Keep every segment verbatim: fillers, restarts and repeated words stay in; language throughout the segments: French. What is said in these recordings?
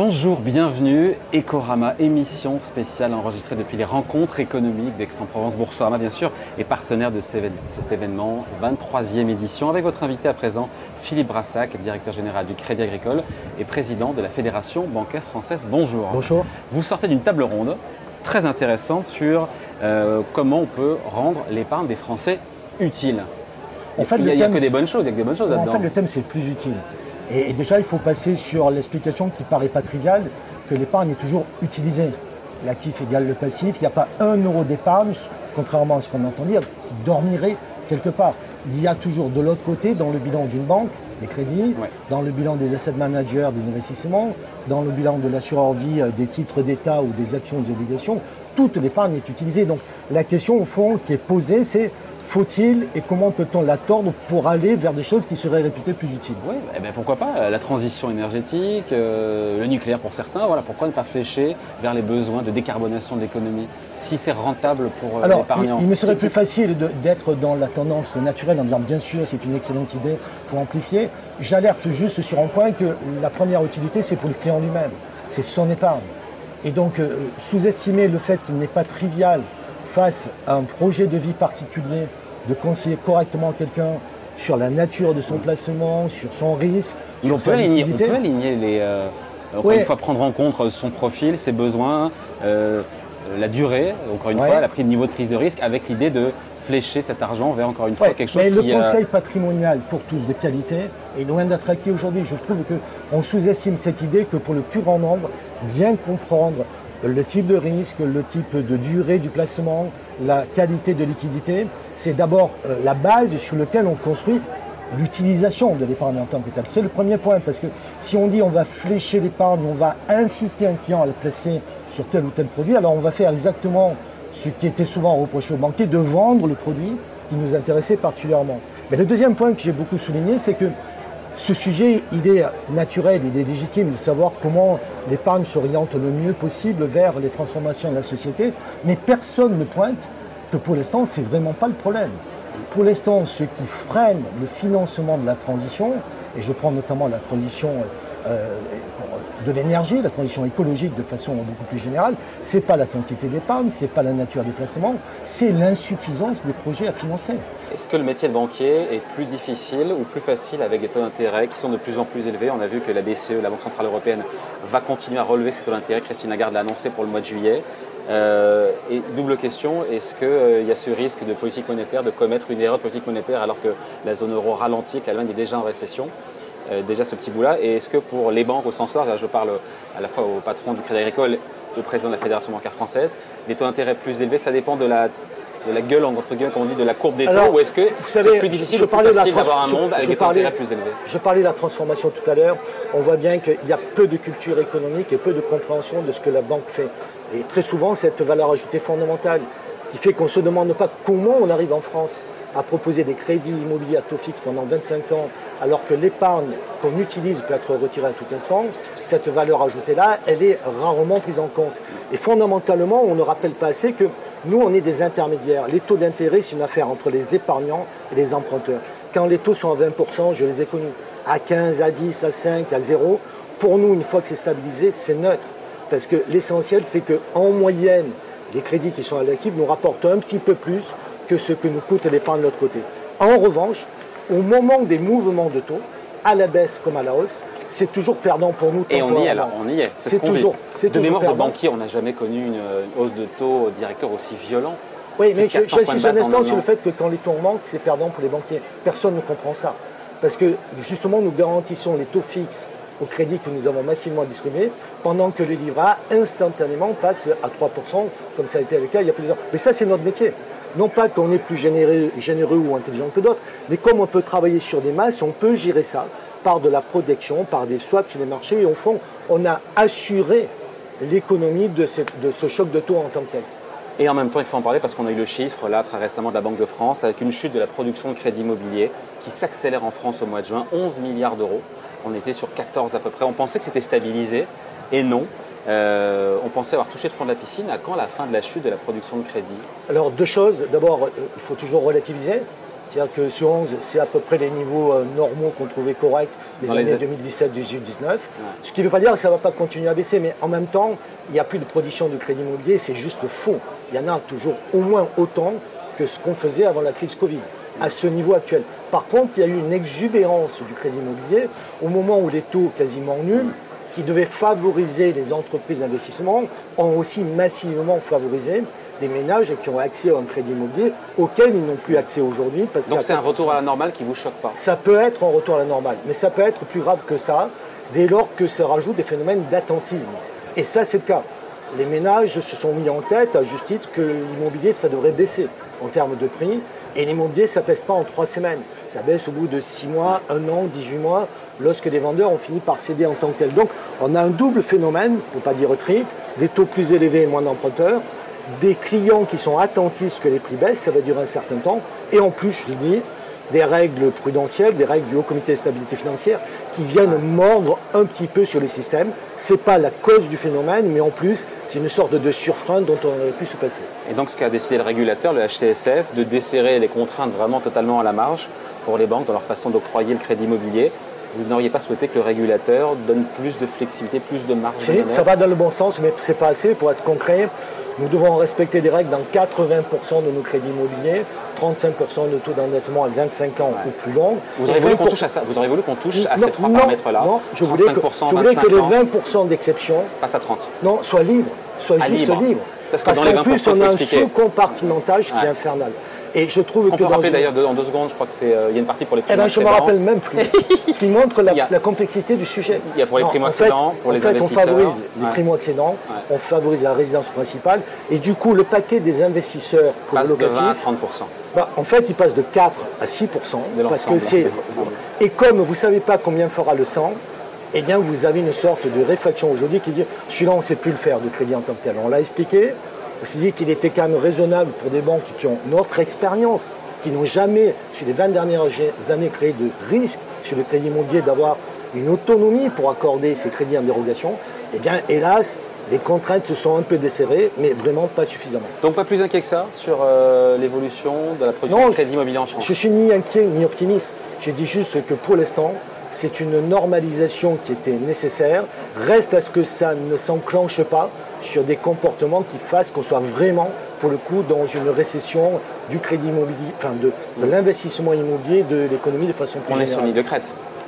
Bonjour, bienvenue, Ecorama, émission spéciale enregistrée depuis les rencontres économiques d'Aix-en-Provence. Boursorama, bien sûr, est partenaire de cet événement, vingt-troisième édition, avec votre invité à présent, Philippe Brassac, directeur général du Crédit Agricole et président de la Fédération bancaire française. Bonjour. Bonjour. Vous sortez d'une table ronde très intéressante sur euh, comment on peut rendre l'épargne des Français utile. En fait, il n'y a, a que des bonnes choses, il y a que des bonnes choses là-dedans. En fait, le thème, c'est le plus utile. Et, et déjà, il faut passer sur l'explication qui paraît pas triviale, que l'épargne est toujours utilisée. L'actif égale le passif. Il n'y a pas un euro d'épargne, contrairement à ce qu'on entend dire, qui dormirait quelque part. Il y a toujours de l'autre côté, dans le bilan d'une banque, des crédits, ouais. Dans le bilan des asset managers, des investissements, dans le bilan de l'assureur vie, des titres d'État ou des actions, des obligations, toute l'épargne est utilisée. Donc la question au fond qui est posée, c'est faut-il et comment peut-on la tordre pour aller vers des choses qui seraient réputées plus utiles? Oui, eh bien pourquoi pas, la transition énergétique, euh, le nucléaire pour certains, voilà, pourquoi ne pas flécher vers les besoins de décarbonation de l'économie si c'est rentable pour euh, l'épargnant? Il, il me serait plus facile de, d'être dans la tendance naturelle en disant bien sûr c'est une excellente idée pour amplifier. J'alerte juste sur un point que la première utilité c'est pour le client lui-même, c'est son épargne. Et donc euh, sous-estimer le fait qu'il n'est pas trivial face à un projet de vie particulier de conseiller correctement quelqu'un sur la nature de son placement, sur son risque. On peut, aligner, on peut aligner les. Euh, encore oui. Une fois, prendre en compte son profil, ses besoins, euh, la durée, encore une oui. fois, la prise, le niveau de prise de risque, avec l'idée de flécher cet argent vers encore une fois oui. quelque chose Mais qui. Mais le conseil a... patrimonial pour tous de qualité est loin d'être acquis aujourd'hui. Je trouve qu'on sous-estime cette idée que pour le plus grand nombre, bien comprendre le type de risque, le type de durée du placement, la qualité de liquidité, c'est d'abord euh, la base sur laquelle on construit l'utilisation de l'épargne en tant que telle. C'est le premier point, parce que si on dit on va flécher l'épargne, on va inciter un client à la placer sur tel ou tel produit, alors on va faire exactement ce qui était souvent reproché aux banquiers, de vendre le produit qui nous intéressait particulièrement. Mais le deuxième point que j'ai beaucoup souligné, c'est que ce sujet, il est naturel, il est légitime de savoir comment l'épargne s'oriente le mieux possible vers les transformations de la société, mais personne ne pointe que pour l'instant, ce n'est vraiment pas le problème. Pour l'instant, ce qui freine le financement de la transition, et je prends notamment la transition euh, de l'énergie, la transition écologique de façon beaucoup plus générale, ce n'est pas la quantité d'épargne, ce n'est pas la nature des placements, c'est l'insuffisance des projets à financer. Est-ce que le métier de banquier est plus difficile ou plus facile avec des taux d'intérêt qui sont de plus en plus élevés? On a vu que la B C E, la Banque Centrale Européenne, va continuer à relever ses taux d'intérêt. Christine Lagarde l'a annoncé pour le mois de juillet. Euh, et double question, est-ce qu'il euh, y a ce risque de politique monétaire, de commettre une erreur de politique monétaire alors que la zone euro ralentit, que l'Allemagne est déjà en récession, euh, déjà ce petit bout-là? Et est-ce que pour les banques au sens large, là je parle à la fois au patron du Crédit Agricole, au président de la Fédération bancaire française, les taux d'intérêt plus élevés, ça dépend de la, de la gueule, entre guillemets, comme on dit, de la courbe des taux, alors, ou est-ce que c'est plus difficile je, je ou plus facile d'avoir un monde je, avec je des taux d'intérêt plus élevés? Je parlais de la transformation tout à l'heure, on voit bien qu'il y a peu de culture économique et peu de compréhension de ce que la banque fait. Et très souvent, cette valeur ajoutée fondamentale qui fait qu'on ne se demande pas comment on arrive en France à proposer des crédits immobiliers à taux fixe pendant vingt-cinq ans, alors que l'épargne qu'on utilise peut être retirée à tout instant, cette valeur ajoutée-là, elle est rarement prise en compte. Et fondamentalement, on ne rappelle pas assez que nous, on est des intermédiaires. Les taux d'intérêt, c'est une affaire entre les épargnants et les emprunteurs. Quand les taux sont à vingt pour cent, je les ai connus, à quinze, à dix, à cinq, à zéro, pour nous, une fois que c'est stabilisé, c'est neutre. Parce que l'essentiel, c'est qu'en moyenne, les crédits qui sont à l'actif nous rapportent un petit peu plus que ce que nous coûte l'épargne de l'autre côté. En revanche, au moment des mouvements de taux, à la baisse comme à la hausse, c'est toujours perdant pour nous. Et on y est alors, on y est. C'est, c'est ce toujours, c'est de mémoire de banquier, on n'a jamais connu une, une hausse de taux directeur aussi violente. Oui, mais j'insiste un instant sur le fait que quand les taux augmentent, c'est perdant pour les banquiers. Personne ne comprend ça. Parce que justement, nous garantissons les taux fixes au crédit que nous avons massivement distribué, pendant que le livret A, instantanément, passe à trois pour cent, comme ça a été le cas il y a plus de temps. Mais ça, c'est notre métier. Non pas qu'on est plus généreux, généreux ou intelligent que d'autres, mais comme on peut travailler sur des masses, on peut gérer ça par de la protection, par des swaps sur les marchés, et au fond, on a assuré l'économie de, cette, de ce choc de taux en tant que tel. Et en même temps, il faut en parler parce qu'on a eu le chiffre, là, très récemment, de la Banque de France, avec une chute de la production de crédit immobilier qui s'accélère en France au mois de juin, onze milliards d'euros. On était sur quatorze à peu près. On pensait que c'était stabilisé, et non. Euh, on pensait avoir touché le fond de la piscine. À quand la fin de la chute de la production de crédit? Alors, deux choses. D'abord, il faut toujours relativiser. C'est-à-dire que ce onze, c'est à peu près les niveaux euh, normaux qu'on trouvait corrects les Dans années les... deux mille dix-sept, dix-huit, dix-neuf. Ouais. Ce qui ne veut pas dire que ça ne va pas continuer à baisser, mais en même temps, il n'y a plus de production de crédit immobilier, c'est juste faux. Il y en a toujours au moins autant que ce qu'on faisait avant la crise Covid, à ce niveau actuel. Par contre, il y a eu une exubérance du crédit immobilier au moment où les taux quasiment nuls, qui devaient favoriser les entreprises d'investissement, ont aussi massivement favorisé des ménages qui ont accès à un crédit immobilier auquel ils n'ont plus accès aujourd'hui. Donc c'est un retour à la normale qui ne vous choque pas? Ça peut être un retour à la normale, mais ça peut être plus grave que ça, dès lors que ça rajoute des phénomènes d'attentisme. Et ça, c'est le cas. Les ménages se sont mis en tête, à juste titre, que l'immobilier, ça devrait baisser en termes de prix. Et l'immobilier, ça ne baisse pas en trois semaines. Ça baisse au bout de six mois, un an, dix-huit mois, lorsque les vendeurs ont fini par céder en tant que tel. Donc, on a un double phénomène, pour ne pas dire triple, des taux plus élevés et moins d'emprunteurs, des clients qui sont attentifs que les prix baissent, ça va durer un certain temps, et en plus, je dis, des règles prudentielles, des règles du Haut Comité de stabilité financière, qui viennent mordre un petit peu sur les systèmes. Ce n'est pas la cause du phénomène, mais en plus, c'est une sorte de surfrein dont on aurait pu se passer. Et donc, ce qu'a décidé le régulateur, le H C S F, de desserrer les contraintes vraiment totalement à la marge pour les banques dans leur façon d'octroyer le crédit immobilier, vous n'auriez pas souhaité que le régulateur donne plus de flexibilité, plus de marge de manœuvre? Ça va dans le bon sens, mais ce n'est pas assez. Pour être concret, nous devons respecter des règles dans quatre-vingts pour cent de nos crédits immobiliers, trente-cinq pour cent de taux d'endettement à vingt-cinq ans ouais. ou plus long. Vous auriez voulu qu'on touche à ça? Vous auriez voulu qu'on touche à non, ces trois non, paramètres-là? Non, je voulais que, je voulais que les vingt pour cent d'exception passent à trente. Non, soient libres, soient à juste libre. libres. Parce, Parce qu'en plus, on a un sous-compartimentage qui ouais. est infernal. Et je trouve on que peut rappeler une... d'ailleurs en deux secondes, je crois qu'il euh, y a une partie pour les primo accédants. Eh ben, je ne me rappelle même plus. Ce qui montre la, a... la complexité du sujet. Il y a pour les primo accédants, en fait, pour les en fait, investisseurs. On favorise ouais. les primo accédants, ouais. on favorise la résidence principale, et du coup, le paquet des investisseurs pour passe le locatif, de vingt à trente pour cent. Bah, en fait, il passe de quatre à six pour cent. De parce que c'est. Et comme vous ne savez pas combien fera le cent, eh bien, vous avez une sorte de réflexion aujourd'hui qui dit celui-là, on ne sait plus le faire de crédit en tant que tel. On l'a expliqué. On s'est dit qu'il était quand même raisonnable pour des banques qui ont notre expérience, qui n'ont jamais, sur les vingt dernières années, créé de risque sur le crédit immobilier d'avoir une autonomie pour accorder ces crédits en dérogation. Eh bien, hélas, les contraintes se sont un peu desserrées, mais vraiment pas suffisamment. Donc pas plus inquiet que ça sur euh, l'évolution de la production non, de crédit immobilier en France? Je suis ni inquiet ni optimiste. Je dis juste que pour l'instant, c'est une normalisation qui était nécessaire. Reste à ce que ça ne s'enclenche pas sur des comportements qui fassent qu'on soit vraiment, pour le coup, dans une récession du crédit immobilier, enfin de, de l'investissement immobilier, de l'économie de façon plus On générale. est sur une ligne de crête.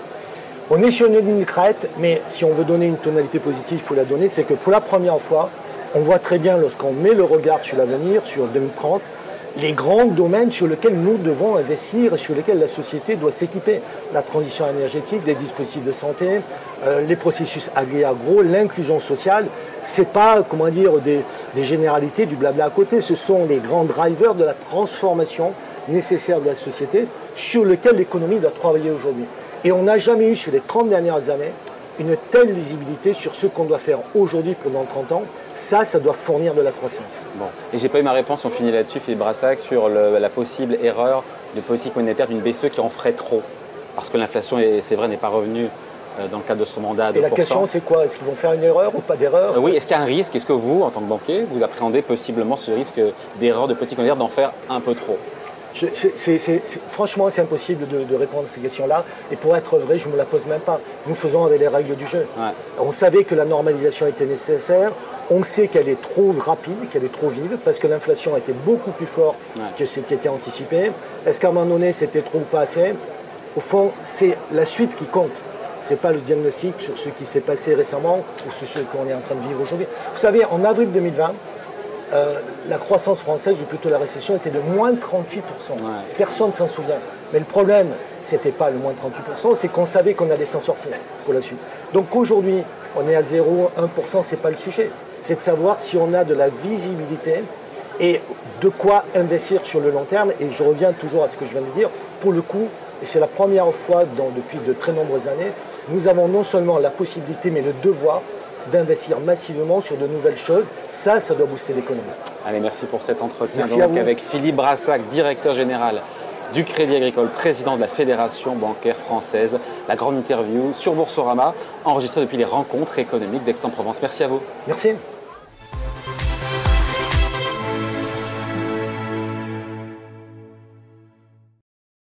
On est sur une ligne de crête, mais si on veut donner une tonalité positive, il faut la donner, c'est que pour la première fois, on voit très bien lorsqu'on met le regard sur l'avenir, sur deux mille trente, les grands domaines sur lesquels nous devons investir et sur lesquels la société doit s'équiper. La transition énergétique, les dispositifs de santé, euh, les processus agri-agro, l'inclusion sociale. Ce n'est pas, comment dire, des, des généralités, du blabla à côté. Ce sont les grands drivers de la transformation nécessaire de la société sur lesquels l'économie doit travailler aujourd'hui. Et on n'a jamais eu, sur les trente dernières années, une telle visibilité sur ce qu'on doit faire aujourd'hui pendant trente ans. Ça, ça doit fournir de la croissance. Bon. Et j'ai pas eu ma réponse, on finit là-dessus, Philippe Brassac, sur le, la possible erreur de politique monétaire d'une B C E qui en ferait trop. Parce que l'inflation, c'est vrai, n'est pas revenue euh, dans le cadre de son mandat à deux pour cent. Et la question, c'est quoi? Est-ce qu'ils vont faire une erreur ou pas d'erreur? euh, Oui, est-ce qu'il y a un risque? Est-ce que vous, en tant que banquier, vous appréhendez possiblement ce risque d'erreur de politique monétaire d'en faire un peu trop? Je, c'est, c'est, c'est, franchement, c'est impossible de, de répondre à ces questions-là. Et pour être vrai, je ne me la pose même pas. Nous faisons avec les règles du jeu. Ouais. On savait que la normalisation était nécessaire. On sait qu'elle est trop rapide, qu'elle est trop vive, parce que l'inflation était beaucoup plus forte ouais. que ce qui était anticipé. Est-ce qu'à un moment donné, c'était trop ou pas assez? Au fond, c'est la suite qui compte. Ce n'est pas le diagnostic sur ce qui s'est passé récemment ou sur ce qu'on est en train de vivre aujourd'hui. Vous savez, en avril deux mille vingt, Euh, la croissance française, ou plutôt la récession, était de moins trente-huit pour cent. Ouais. Personne ne s'en souvient. Mais le problème, ce n'était pas le moins trente-huit pour cent, c'est qu'on savait qu'on allait s'en sortir pour la suite. Donc aujourd'hui, on est à zéro virgule un pour cent, ce n'est pas le sujet. C'est de savoir si on a de la visibilité et de quoi investir sur le long terme. Et je reviens toujours à ce que je viens de dire. Pour le coup, et c'est la première fois dans, depuis de très nombreuses années, nous avons non seulement la possibilité, mais le devoir d'investir massivement sur de nouvelles choses. Ça, ça doit booster l'économie. Allez, merci pour cet entretien. Merci donc avec Philippe Brassac, directeur général du Crédit Agricole, président de la Fédération bancaire française. La grande interview sur Boursorama, enregistrée depuis les rencontres économiques d'Aix-en-Provence. Merci à vous. Merci.